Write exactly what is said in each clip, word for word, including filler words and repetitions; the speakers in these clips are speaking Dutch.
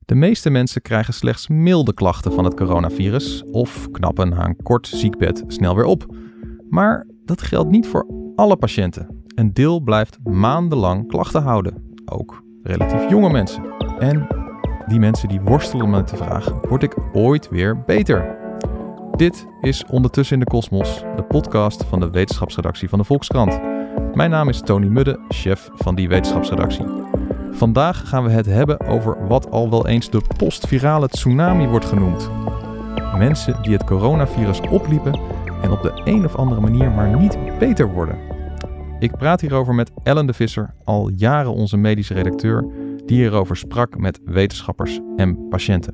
De meeste mensen krijgen slechts milde klachten van het coronavirus of knappen na een kort ziekbed snel weer op. Maar dat geldt niet voor alle patiënten. Een deel blijft maandenlang klachten houden. Ook relatief jonge mensen. En die mensen die worstelen met de vraag, word ik ooit weer beter? Dit is Ondertussen in de Kosmos, de podcast van de wetenschapsredactie van de Volkskrant. Mijn naam is Tony Mudde, chef van die wetenschapsredactie. Vandaag gaan we het hebben over wat al wel eens de postvirale tsunami wordt genoemd. Mensen die het coronavirus opliepen en op de een of andere manier maar niet beter worden. Ik praat hierover met Ellen de Visser, al jaren onze medische redacteur, die hierover sprak met wetenschappers en patiënten.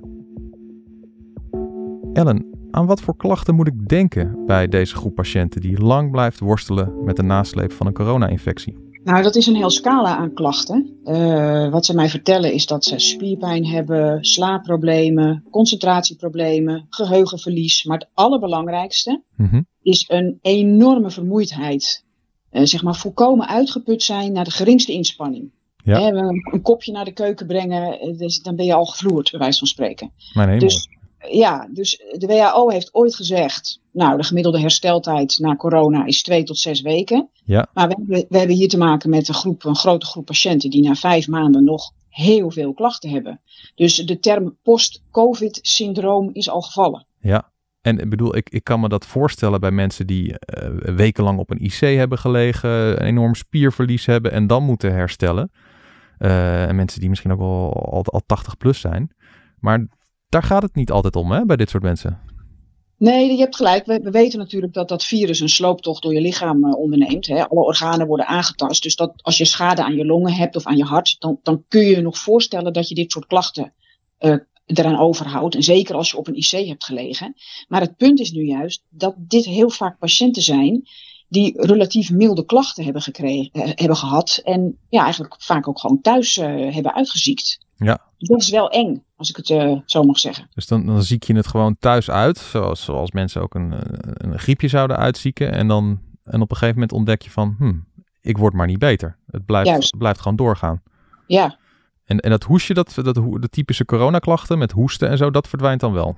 Ellen, aan wat voor klachten moet ik denken bij deze groep patiënten die lang blijft worstelen met de nasleep van een corona-infectie? Nou, dat is een heel scala aan klachten. Uh, wat ze mij vertellen is dat ze spierpijn hebben, slaapproblemen, concentratieproblemen, geheugenverlies. Maar het allerbelangrijkste mm-hmm. is een enorme vermoeidheid. Uh, zeg maar volkomen uitgeput zijn naar de geringste inspanning. Ja. He, een, een kopje naar de keuken brengen, dus dan ben je al gevloerd, bij wijze van spreken. Mijn hemel. Dus, ja, dus de W H O heeft ooit gezegd, nou, de gemiddelde hersteltijd na corona is twee tot zes weken. Ja. Maar we hebben, we hebben hier te maken met een groep, een grote groep patiënten die na vijf maanden nog heel veel klachten hebben. Dus de term post-covid-syndroom is al gevallen. Ja, en ik bedoel, ik, ik kan me dat voorstellen bij mensen die uh, wekenlang op een I C hebben gelegen, een enorm spierverlies hebben en dan moeten herstellen. Uh, en mensen die misschien ook al, al, al tachtig plus zijn. Maar daar gaat het niet altijd om, hè, bij dit soort mensen. Nee, je hebt gelijk. We, we weten natuurlijk dat dat virus een slooptocht door je lichaam uh, onderneemt. Hè. Alle organen worden aangetast. Dus dat als je schade aan je longen hebt of aan je hart, dan, dan kun je je nog voorstellen dat je dit soort klachten uh, eraan overhoudt. En zeker als je op een I C hebt gelegen. Maar het punt is nu juist dat dit heel vaak patiënten zijn die relatief milde klachten hebben, gekregen, uh, hebben gehad. En ja, eigenlijk vaak ook gewoon thuis uh, hebben uitgeziekt. Ja. Dus dat is wel eng, als ik het uh, zo mag zeggen. Dus dan, dan ziek je het gewoon thuis uit, zoals, zoals mensen ook een, een griepje zouden uitzieken. En, dan, en op een gegeven moment ontdek je van, hm, ik word maar niet beter. Het blijft, het blijft gewoon doorgaan. Ja. En, en dat hoesje, dat, dat, de typische coronaklachten met hoesten en zo, dat verdwijnt dan wel?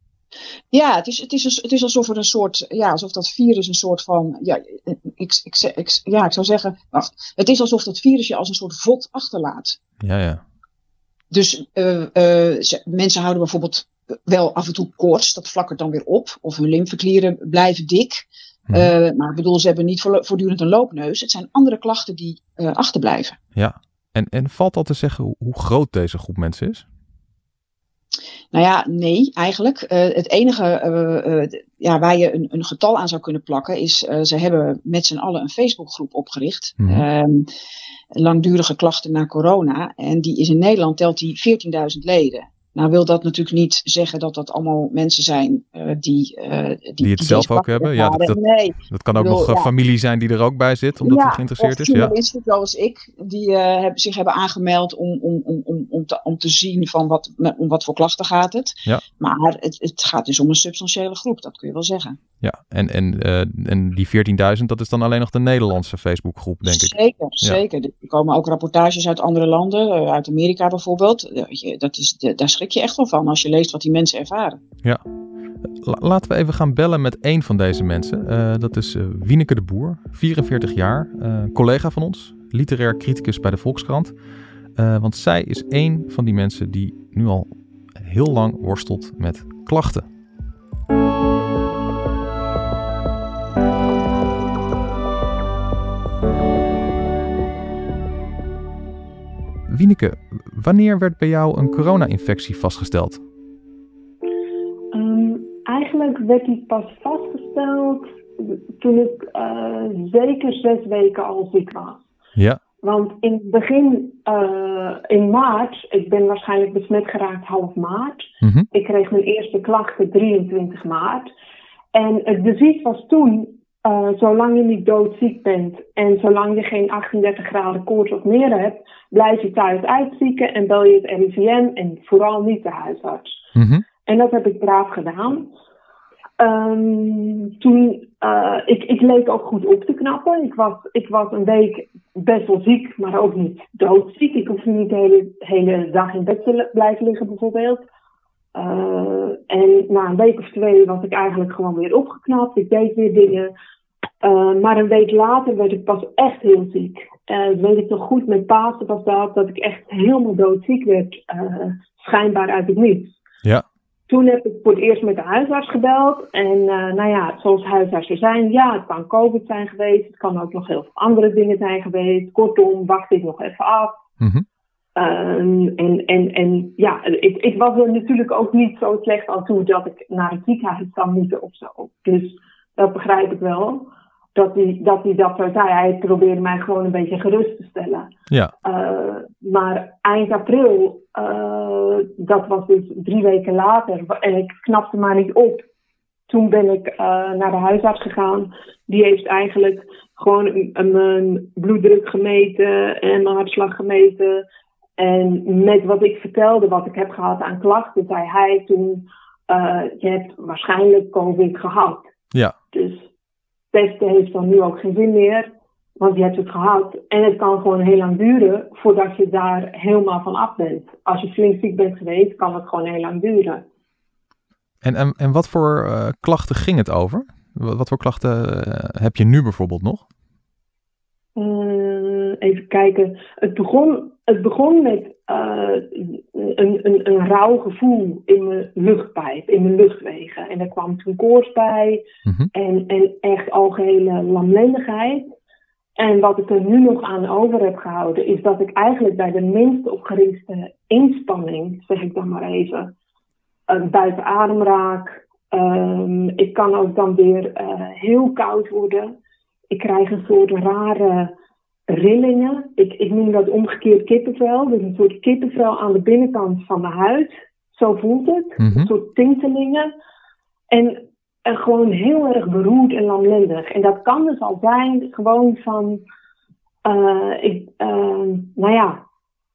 Ja, het is, het, is, het is alsof er een soort, ja, alsof dat virus een soort van, ja, ik, ik, ik, ja, ik zou zeggen, wacht, het is alsof dat virus je als een soort vod achterlaat. Ja, ja. Dus uh, uh, ze, mensen houden bijvoorbeeld wel af en toe koorts, dat flakkert dan weer op. Of hun lymfeklieren blijven dik. Hmm. Uh, maar ik bedoel, ze hebben niet voortdurend een loopneus. Het zijn andere klachten die uh, achterblijven. Ja, en, en valt al te zeggen hoe, hoe groot deze groep mensen is? Nou ja, nee, eigenlijk. Uh, het enige uh, uh, ja, waar je een, een getal aan zou kunnen plakken is, uh, ze hebben met z'n allen een Facebookgroep opgericht. Hmm. Um, langdurige klachten na corona. En die is in Nederland, telt die veertienduizend leden. Nou wil dat natuurlijk niet zeggen dat dat allemaal mensen zijn uh, die, uh, die... Die het die zelf ook hebben? Ja, dat, dat, nee. dat kan ook wil, nog ja. familie zijn die er ook bij zit, omdat ja, hij geïnteresseerd is. Ja, journalisten zoals ik, die uh, heb, zich hebben aangemeld om, om, om, om, om, te, om te zien van wat, om wat voor klachten gaat het. Ja. Maar het, het gaat dus om een substantiële groep, dat kun je wel zeggen. Ja, en, en, uh, en die veertienduizend, dat is dan alleen nog de Nederlandse Facebookgroep, denk ik. Zeker, ja. zeker. Er komen ook rapportages uit andere landen, uh, uit Amerika bijvoorbeeld. Uh, dat is, de, daar schrik je echt wel van als je leest wat die mensen ervaren. Ja. La- laten we even gaan bellen met één van deze mensen. Uh, dat is uh, Wieneke de Boer, vierenveertig jaar, uh, collega van ons, literair criticus bij de Volkskrant. Uh, want zij is één van die mensen die nu al heel lang worstelt met klachten. Wieneke, wanneer werd bij jou een corona-infectie vastgesteld? Um, eigenlijk werd die pas vastgesteld toen ik uh, zeker zes weken al ziek was. Ja. Want in het begin, uh, in maart, ik ben waarschijnlijk besmet geraakt half maart. Mm-hmm. Ik kreeg mijn eerste klachten drieëntwintig maart. En het devies was toen, uh, zolang je niet doodziek bent en zolang je geen achtendertig graden koorts of meer hebt, blijf je thuis uitzieken en bel je het R I V M en vooral niet de huisarts. Mm-hmm. En dat heb ik braaf gedaan. Um, toen, uh, ik, ik leek ook goed op te knappen. Ik was, ik was een week best wel ziek, maar ook niet doodziek. Ik hoefde niet de hele, hele dag in bed te blijven liggen bijvoorbeeld. Uh, en na een week of twee was ik eigenlijk gewoon weer opgeknapt. Ik deed weer dingen. Uh, maar een week later werd ik pas echt heel ziek. Uh, dat weet ik nog goed, met Pasen was dat, dat ik echt helemaal doodziek werd. Uh, schijnbaar uit het niets. Ja. Toen heb ik voor het eerst met de huisarts gebeld. En uh, nou ja, zoals huisartsen zijn, ja, het kan COVID zijn geweest. Het kan ook nog heel veel andere dingen zijn geweest. Kortom, wacht ik nog even af. Mm-hmm. Um, en, en, en ja, ik, ik was er natuurlijk ook niet zo slecht aan toe dat ik naar het ziekenhuis zou moeten of zo. Dus dat begrijp ik wel. Dat hij dat, hij dat zo zei. Hij probeerde mij gewoon een beetje gerust te stellen. Ja. Uh, maar eind april, uh, dat was dus drie weken later. En ik knapte maar niet op. Toen ben ik uh, naar de huisarts gegaan. Die heeft eigenlijk gewoon mijn bloeddruk gemeten en mijn hartslag gemeten. En met wat ik vertelde, wat ik heb gehad aan klachten, zei hij toen, uh, je hebt waarschijnlijk COVID gehad. Ja. Dus testen heeft dan nu ook geen zin meer, want je hebt het gehad. En het kan gewoon heel lang duren voordat je daar helemaal van af bent. Als je flink ziek bent geweest, kan het gewoon heel lang duren. En, en, en wat voor uh, klachten ging het over? Wat, wat voor klachten uh, heb je nu bijvoorbeeld nog? Uh, even kijken. Het begon, het begon met uh, een, een, een rauw gevoel in mijn luchtpijp, in mijn luchtwegen. En er kwam toen koorts bij mm-hmm. en, en echt algehele lamlendigheid. En wat ik er nu nog aan over heb gehouden, is dat ik eigenlijk bij de minst opgerichte inspanning, zeg ik dan maar even, uh, buiten adem raak. Um, ik kan ook dan weer uh, heel koud worden. Ik krijg een soort rare rillingen. Ik, ik noem dat omgekeerd kippenvel. Dus een soort kippenvel aan de binnenkant van de huid. Zo voelt het. Mm-hmm. Een soort tintelingen. En, en gewoon heel erg beroerd en lamlendig. En dat kan dus al zijn gewoon van... Uh, ik, uh, nou ja...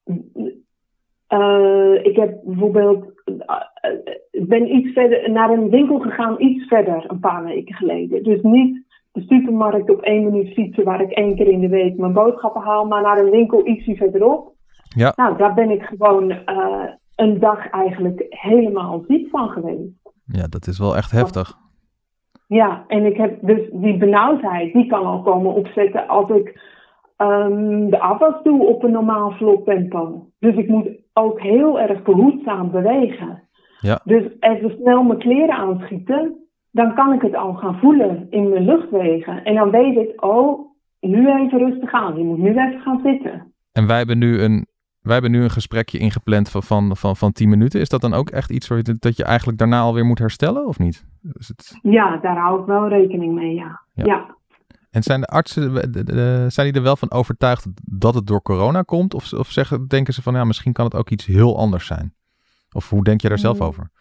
Uh, ik heb bijvoorbeeld... Uh, ik ben iets verder naar een winkel gegaan. Iets verder, een paar weken geleden. Dus niet... de supermarkt op één minuut fietsen waar ik één keer in de week mijn boodschappen haal, maar naar een winkel ietsje verderop. Ja. Nou, daar ben ik gewoon uh, een dag eigenlijk helemaal ziek van geweest. Ja, dat is wel echt heftig. Ja, en ik heb dus die benauwdheid, die kan al komen opzetten als ik um, de afwas doe op een normaal vlot tempo. Dus ik moet ook heel erg behoedzaam bewegen. Ja. Dus even snel mijn kleren aanschieten, dan kan ik het al gaan voelen in mijn luchtwegen. En dan weet ik, oh, nu even rustig aan. Je moet nu even gaan zitten. En wij hebben nu een, wij hebben nu een gesprekje ingepland van, van, van, van tien minuten. Is dat dan ook echt iets je, dat je eigenlijk daarna alweer moet herstellen, of niet? Is het... Ja, daar hou ik wel rekening mee, ja. ja. ja. En zijn de artsen, de, de, zijn die er wel van overtuigd dat het door corona komt? Of, of zeggen, denken ze van, ja, misschien kan het ook iets heel anders zijn? Of hoe denk je daar zelf hmm. over?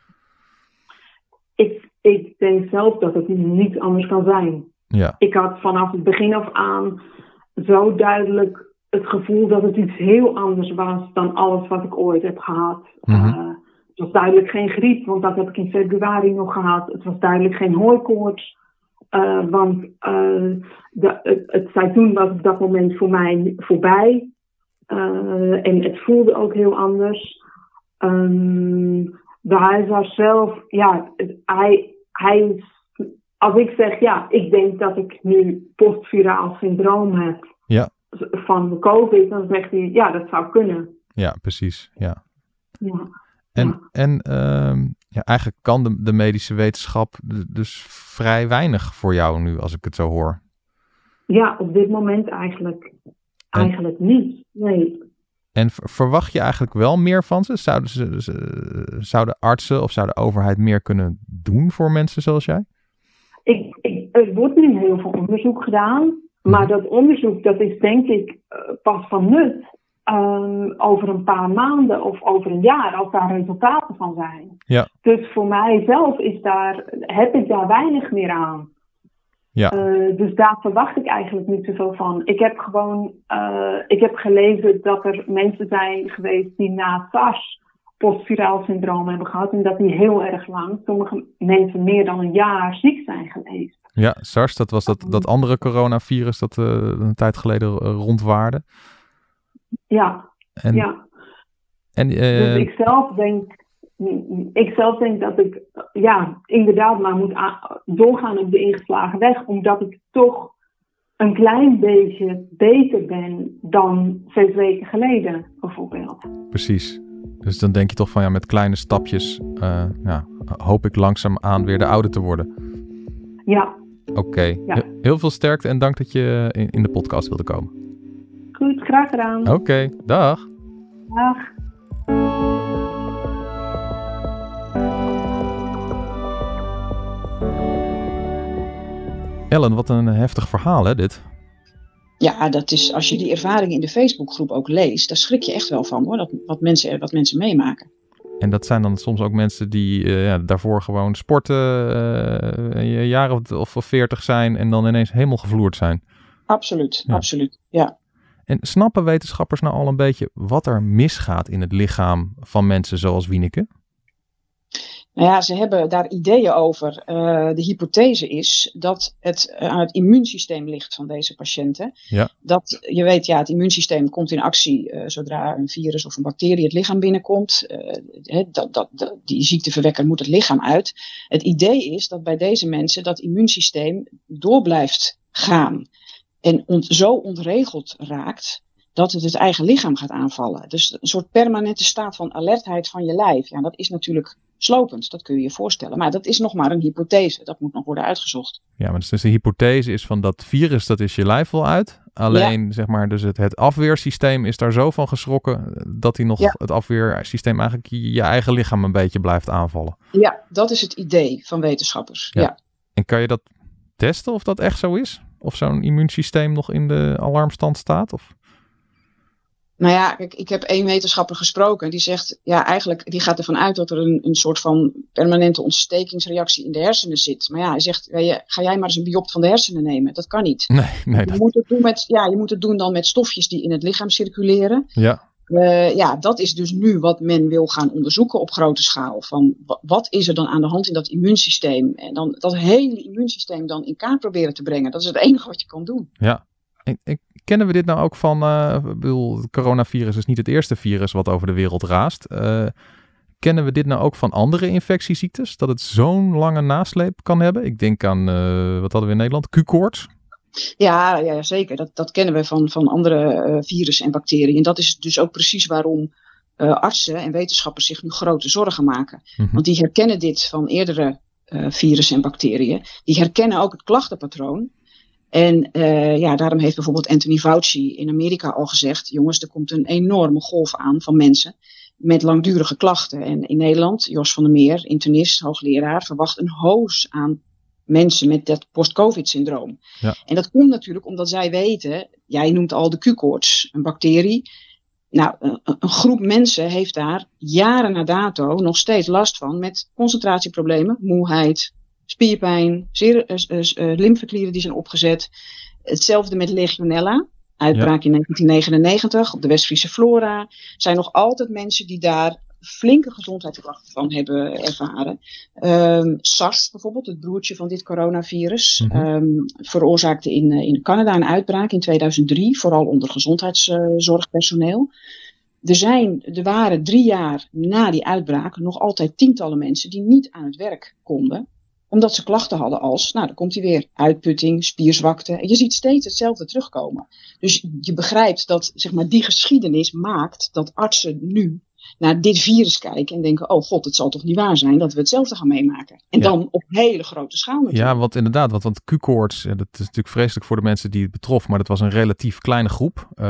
Ik... Ik denk zelf dat het niet anders kan zijn. Ja. Ik had vanaf het begin af aan zo duidelijk het gevoel dat het iets heel anders was dan alles wat ik ooit heb gehad. Mm-hmm. Uh, het was duidelijk geen griep, want dat heb ik in februari nog gehad. Het was duidelijk geen hooikoorts, uh, want uh, de, het, het seizoen was op dat moment voor mij voorbij. Uh, en het voelde ook heel anders. Um, De huisarts zelf, ja, hij, hij, als ik zeg, ja, ik denk dat ik nu postviraal syndroom heb ja. van COVID, dan zegt hij, ja, dat zou kunnen. Ja, precies, ja. ja. En, ja. en um, ja, eigenlijk kan de, de medische wetenschap dus vrij weinig voor jou nu, als ik het zo hoor. Ja, op dit moment eigenlijk, en... eigenlijk niet, nee. En verwacht je eigenlijk wel meer van ze? Zouden, ze, zouden artsen of zou de overheid meer kunnen doen voor mensen zoals jij? Ik, ik, er wordt nu heel veel onderzoek gedaan. Maar dat onderzoek dat is denk ik uh, pas van nut um, over een paar maanden of over een jaar. Als daar resultaten van zijn. Ja. Dus voor mijzelf is daar, heb ik daar weinig meer aan. Ja. Uh, dus daar verwacht ik eigenlijk niet zoveel van. Ik heb gewoon, uh, ik heb gelezen dat er mensen zijn geweest die na SARS postviraal syndroom hebben gehad. En dat die heel erg lang, sommige mensen meer dan een jaar ziek zijn geweest. Ja, SARS, dat was dat, dat andere coronavirus dat uh, een tijd geleden uh, rondwaarde. Ja, en, ja. En, uh, dus ik zelf denk, ik zelf denk dat ik ja, inderdaad maar moet a- doorgaan op de ingeslagen weg. Omdat ik toch een klein beetje beter ben dan zes weken geleden bijvoorbeeld. Precies. Dus dan denk je toch van ja, met kleine stapjes uh, ja, hoop ik langzaamaan weer de oude te worden. Ja. Oké. Okay. Ja. Heel veel sterkte en dank dat je in, in de podcast wilde komen. Goed, graag gedaan. Oké, okay, dag. Dag. Ellen, wat een heftig verhaal hè, dit. Ja, dat is, als je die ervaring in de Facebookgroep ook leest, daar schrik je echt wel van hoor, dat, wat, mensen, wat mensen meemaken. En dat zijn dan soms ook mensen die uh, ja, daarvoor gewoon sporten, uh, een jaar of, of veertig zijn en dan ineens helemaal gevloerd zijn. Absoluut, ja. absoluut, ja. En snappen wetenschappers nou al een beetje wat er misgaat in het lichaam van mensen zoals Wieneke? Nou ja, ze hebben daar ideeën over. Uh, de hypothese is dat het uh, aan het immuunsysteem ligt van deze patiënten. Ja. Dat, je weet, ja, het immuunsysteem komt in actie uh, zodra een virus of een bacterie het lichaam binnenkomt. Uh, he, dat, dat, dat, die ziekteverwekker moet het lichaam uit. Het idee is dat bij deze mensen dat immuunsysteem door blijft gaan. En ont, zo ontregeld raakt dat het het eigen lichaam gaat aanvallen. Dus een soort permanente staat van alertheid van je lijf. Ja, dat is natuurlijk slopend, dat kun je je voorstellen. Maar dat is nog maar een hypothese, dat moet nog worden uitgezocht. Ja, maar dus de hypothese is van dat virus, dat is je lijf wel uit. Alleen, ja. zeg maar, dus het, het afweersysteem is daar zo van geschrokken dat hij nog, ja. het afweersysteem eigenlijk je, je eigen lichaam een beetje blijft aanvallen. Ja, dat is het idee van wetenschappers. Ja. Ja. En kan je dat testen of dat echt zo is? Of zo'n immuunsysteem nog in de alarmstand staat? Of? Nou ja, kijk, ik heb één wetenschapper gesproken die zegt, ja, eigenlijk, die gaat ervan uit dat er een, een soort van permanente ontstekingsreactie in de hersenen zit. Maar ja, hij zegt, ja, ga jij maar eens een biopt van de hersenen nemen. Dat kan niet. Nee, nee. Je, Dat... moet het doen met, ja, je moet het doen dan met stofjes die in het lichaam circuleren. Ja. Uh, ja, dat is dus nu wat men wil gaan onderzoeken op grote schaal. Van wat is er dan aan de hand in dat immuunsysteem? En dan dat hele immuunsysteem dan in kaart proberen te brengen. Dat is het enige wat je kan doen. Ja. Ik, ik, kennen we dit nou ook van, uh, ik bedoel, het coronavirus is niet het eerste virus wat over de wereld raast. Uh, kennen we dit nou ook van andere infectieziektes? Dat het zo'n lange nasleep kan hebben? Ik denk aan, uh, wat hadden we in Nederland? Q-koorts? Ja, ja, zeker. Dat, dat kennen we van, van andere uh, virussen en bacteriën. En dat is dus ook precies waarom uh, artsen en wetenschappers zich nu grote zorgen maken. Mm-hmm. Want die herkennen dit van eerdere uh, virussen en bacteriën. Die herkennen ook het klachtenpatroon. En uh, ja, daarom heeft bijvoorbeeld Anthony Fauci in Amerika al gezegd, jongens, er komt een enorme golf aan van mensen met langdurige klachten. En in Nederland, Jos van der Meer, internist, hoogleraar, verwacht een hoos aan mensen met dat post-covid-syndroom. Ja. En dat komt natuurlijk omdat zij weten, jij noemt al de Q-koorts, een bacterie. Nou, een, een groep mensen heeft daar jaren na dato nog steeds last van met concentratieproblemen, moeheid, spierpijn, zeer, uh, uh, uh, lymfeklieren die zijn opgezet. Hetzelfde met Legionella. Uitbraak ja. in negentien negenennegentig op de West-Friese Flora. Er zijn nog altijd mensen die daar flinke gezondheidsklachten van hebben ervaren. Um, SARS bijvoorbeeld, het broertje van dit coronavirus, mm-hmm. um, veroorzaakte in, uh, in Canada een uitbraak in tweeduizend drie, vooral onder gezondheidszorgpersoneel. Er, zijn, er waren drie jaar na die uitbraak nog altijd tientallen mensen die niet aan het werk konden, omdat ze klachten hadden als, nou dan komt hij weer, uitputting, spierzwakte. En je ziet steeds hetzelfde terugkomen. Dus je begrijpt dat zeg maar, die geschiedenis maakt dat artsen nu naar dit virus kijken en denken, oh god, het zal toch niet waar zijn dat we hetzelfde gaan meemaken. En ja. dan op hele grote schaal natuurlijk. Ja, want inderdaad, want, want Q-koorts, dat is natuurlijk vreselijk voor de mensen die het betrof, maar dat was een relatief kleine groep. Uh,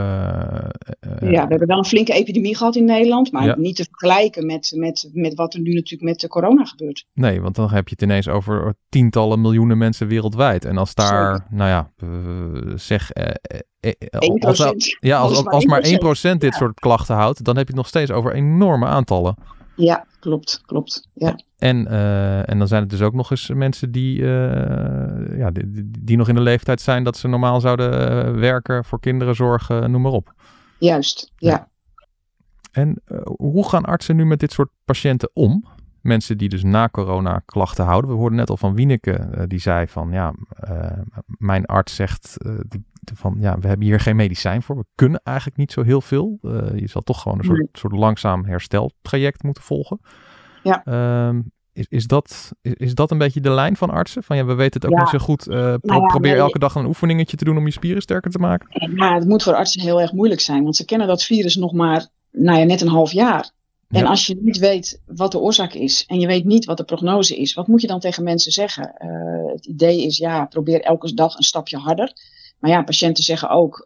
uh, ja, we hebben wel een flinke epidemie gehad in Nederland, maar ja. niet te vergelijken met, met, met wat er nu natuurlijk met de corona gebeurt. Nee, want dan heb je het ineens over tientallen miljoenen mensen wereldwijd. En als daar, Sorry. nou ja, uh, zeg... Uh, één procent. Als, ja, als, als, als maar één procent dit ja. soort klachten houdt, dan heb je het nog steeds over enorme aantallen. Ja, klopt, klopt. Ja. En, uh, en dan zijn het dus ook nog eens mensen die, uh, ja, die, die, die nog in de leeftijd zijn dat ze normaal zouden uh, werken, voor kinderen zorgen, noem maar op. Juist, ja. ja. En uh, hoe gaan artsen nu met dit soort patiënten om? Mensen die dus na corona klachten houden. We hoorden net al van Wieneke, uh, die zei van ja, uh, mijn arts zegt uh, die, van ja, we hebben hier geen medicijn voor. We kunnen eigenlijk niet zo heel veel. Uh, je zal toch gewoon een soort, soort langzaam hersteltraject moeten volgen. Ja. Uh, is, is, dat, is, is dat een beetje de lijn van artsen? Van ja, we weten het ook ja. niet zo goed. Uh, pro- nou ja, probeer nee. elke dag een oefeningetje te doen om je spieren sterker te maken. Ja, het moet voor artsen heel erg moeilijk zijn. Want ze kennen dat virus nog maar nou ja, net een half jaar. En ja. als je niet weet wat de oorzaak is en je weet niet wat de prognose is, wat moet je dan tegen mensen zeggen? Uh, het idee is, ja, probeer elke dag een stapje harder. Maar ja, patiënten zeggen ook,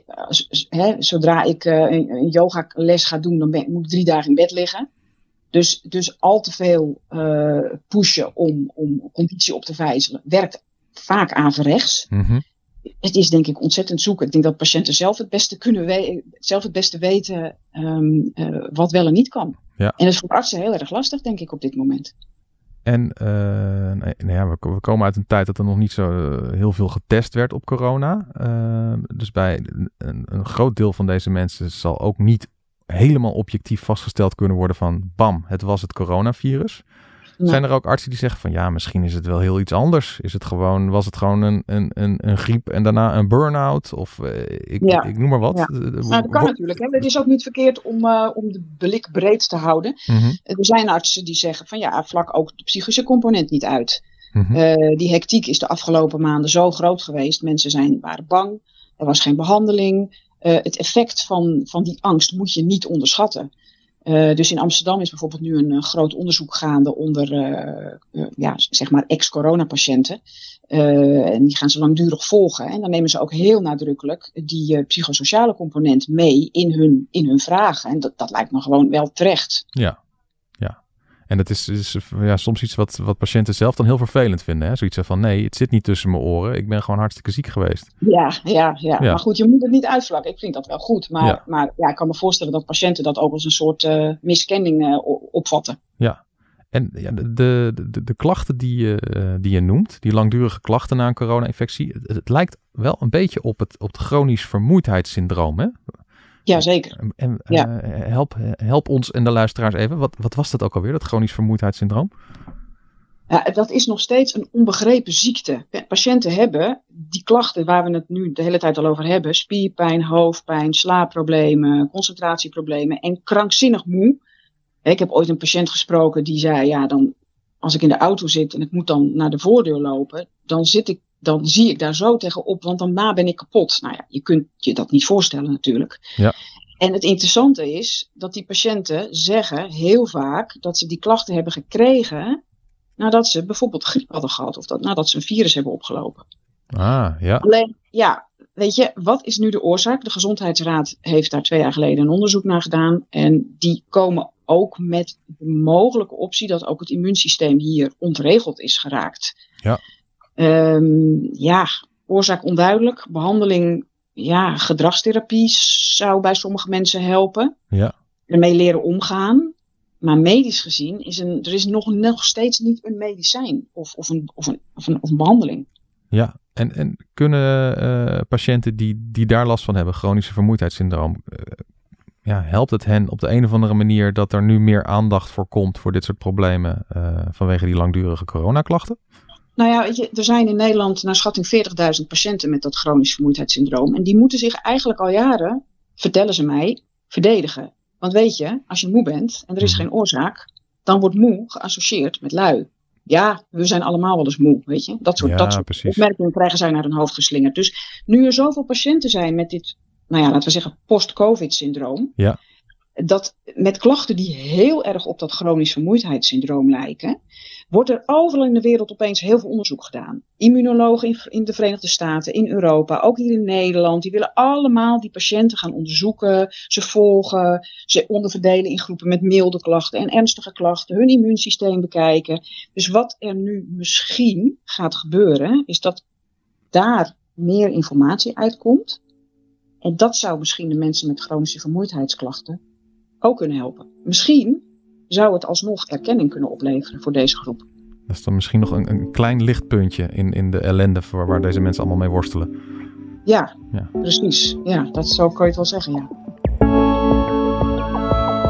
hè, zodra ik uh, een, een yogales ga doen, dan ben, moet ik drie dagen in bed liggen. Dus, dus al te veel uh, pushen om, om conditie op te vijzelen werkt vaak averechts. Mm-hmm. Het is denk ik ontzettend zoeken. Ik denk dat patiënten zelf het beste kunnen we- zelf het beste weten um, uh, wat wel en niet kan. Ja. En dat is voor artsen heel erg lastig, denk ik, op dit moment. En uh, nou ja, we, we komen uit een tijd dat er nog niet zo uh, heel veel getest werd op corona. Uh, dus bij een, een groot deel van deze mensen zal ook niet helemaal objectief vastgesteld kunnen worden van bam, het was het coronavirus. Nou. Zijn er ook artsen die zeggen van ja, misschien is het wel heel iets anders. Is het gewoon, was het gewoon een, een, een, een griep en daarna een burn-out? Of uh, ik, ja. ik noem maar wat. Ja. Nou, dat kan natuurlijk. Hè. Het is ook niet verkeerd om, uh, om de blik breed te houden. Mm-hmm. Er zijn artsen die zeggen van ja, vlak ook de psychische component niet uit. Mm-hmm. Uh, die hectiek is de afgelopen maanden zo groot geweest. Mensen zijn, waren bang. Er was geen behandeling. Uh, het effect van, van die angst moet je niet onderschatten. Uh, dus in Amsterdam is bijvoorbeeld nu een uh, groot onderzoek gaande onder uh, uh, ja, zeg maar ex-coronapatiënten. Uh, en die gaan ze langdurig volgen. En dan nemen ze ook heel nadrukkelijk die uh, psychosociale component mee in hun, in hun vragen. En dat, dat lijkt me gewoon wel terecht. Ja, ja. En dat is, is ja, soms iets wat, wat patiënten zelf dan heel vervelend vinden. Hè? Zoiets van nee, het zit niet tussen mijn oren. Ik ben gewoon hartstikke ziek geweest. Ja, ja, ja. ja. Maar goed, je moet het niet uitvlakken. Ik vind dat wel goed. Maar ja, maar, ja ik kan me voorstellen dat patiënten dat ook als een soort uh, miskenning uh, opvatten. Ja. En ja, de, de, de, de klachten die je, uh, die je noemt, die langdurige klachten na een corona-infectie, het, het lijkt wel een beetje op het, op het chronisch vermoeidheidssyndroom, hè? Ja, zeker. En, ja. Uh, help, help ons en de luisteraars even. Wat, wat was dat ook alweer, dat chronisch vermoeidheidssyndroom? Ja, dat is nog steeds een onbegrepen ziekte. Patiënten hebben die klachten waar we het nu de hele tijd al over hebben. Spierpijn, hoofdpijn, slaapproblemen, concentratieproblemen en krankzinnig moe. Ik heb ooit een patiënt gesproken die zei, ja, dan, als ik in de auto zit en ik moet dan naar de voordeur lopen, dan zit ik, dan zie ik daar zo tegenop, want daarna ben ik kapot. Nou ja, je kunt je dat niet voorstellen natuurlijk. Ja. En het interessante is dat die patiënten zeggen heel vaak dat ze die klachten hebben gekregen nadat ze bijvoorbeeld griep hadden gehad of dat, nadat ze een virus hebben opgelopen. Ah, ja. Alleen, ja, weet je, wat is nu de oorzaak? De Gezondheidsraad heeft daar twee jaar geleden een onderzoek naar gedaan en die komen ook met de mogelijke optie dat ook het immuunsysteem hier ontregeld is geraakt. Ja. Um, ja, oorzaak onduidelijk. Behandeling, ja, gedragstherapie zou bij sommige mensen helpen. Ja. Ermee leren omgaan. Maar medisch gezien is een, er is nog, nog steeds niet een medicijn of, of, een, of, een, of, een, of een behandeling. Ja, en, en kunnen uh, patiënten die, die daar last van hebben, chronische vermoeidheidssyndroom, uh, ja, helpt het hen op de een of andere manier dat er nu meer aandacht voor komt voor dit soort problemen uh, vanwege die langdurige coronaklachten? Nou ja, weet je, er zijn in Nederland naar schatting veertigduizend patiënten met dat chronisch vermoeidheidssyndroom. En die moeten zich eigenlijk al jaren, vertellen ze mij, verdedigen. Want weet je, als je moe bent en er is geen oorzaak, dan wordt moe geassocieerd met lui. Ja, we zijn allemaal wel eens moe, weet je. Dat soort, ja, dat soort opmerkingen krijgen zij naar hun hoofd geslingerd. Dus nu er zoveel patiënten zijn met dit, nou ja, laten we zeggen, post-covid-syndroom. Ja. Dat met klachten die heel erg op dat chronisch vermoeidheidssyndroom lijken, wordt er overal in de wereld opeens heel veel onderzoek gedaan. Immunologen in, in de Verenigde Staten, in Europa, ook hier in Nederland, die willen allemaal die patiënten gaan onderzoeken, ze volgen, ze onderverdelen in groepen met milde klachten en ernstige klachten, hun immuunsysteem bekijken. Dus wat er nu misschien gaat gebeuren, is dat daar meer informatie uitkomt. En dat zou misschien de mensen met chronische vermoeidheidsklachten ook kunnen helpen. Misschien zou het alsnog erkenning kunnen opleveren voor deze groep. Dat is dan misschien nog een, een klein lichtpuntje in, in de ellende waar, waar deze mensen allemaal mee worstelen. Ja, ja, precies. Ja, dat zo kan je het wel zeggen, ja.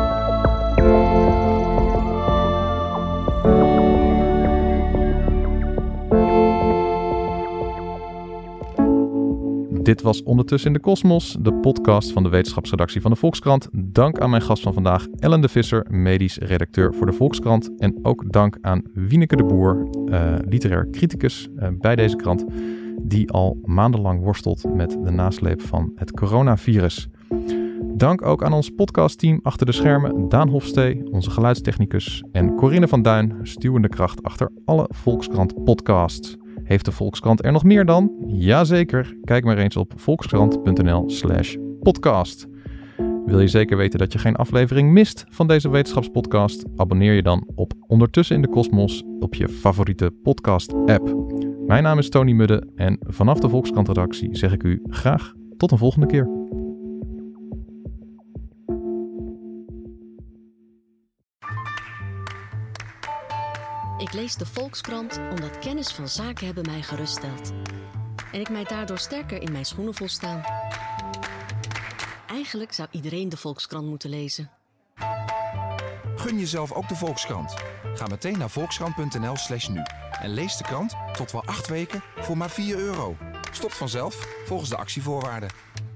Dit was Ondertussen in de Kosmos, de podcast van de wetenschapsredactie van de Volkskrant. Dank aan mijn gast van vandaag, Ellen de Visser, medisch redacteur voor de Volkskrant. En ook dank aan Wieneke de Boer, uh, literair criticus uh, bij deze krant, die al maandenlang worstelt met de nasleep van het coronavirus. Dank ook aan ons podcastteam achter de schermen, Daan Hofstee, onze geluidstechnicus, en Corinne van Duin, stuwende kracht achter alle Volkskrant podcasts. Heeft de Volkskrant er nog meer dan? Jazeker, kijk maar eens op volkskrant.nl slash podcast. Wil je zeker weten dat je geen aflevering mist van deze wetenschapspodcast? Abonneer je dan op Ondertussen in de Kosmos op je favoriete podcast-app. Mijn naam is Tony Mudde en vanaf de Volkskrant-redactie zeg ik u graag tot een volgende keer. Ik lees de Volkskrant omdat kennis van zaken hebben mij geruststelt. En ik mij daardoor sterker in mijn schoenen voel staan. Eigenlijk zou iedereen de Volkskrant moeten lezen. Gun jezelf ook de Volkskrant. Ga meteen naar volkskrant.nl slash nu. En lees de krant tot wel acht weken voor maar vier euro. Stopt vanzelf volgens de actievoorwaarden.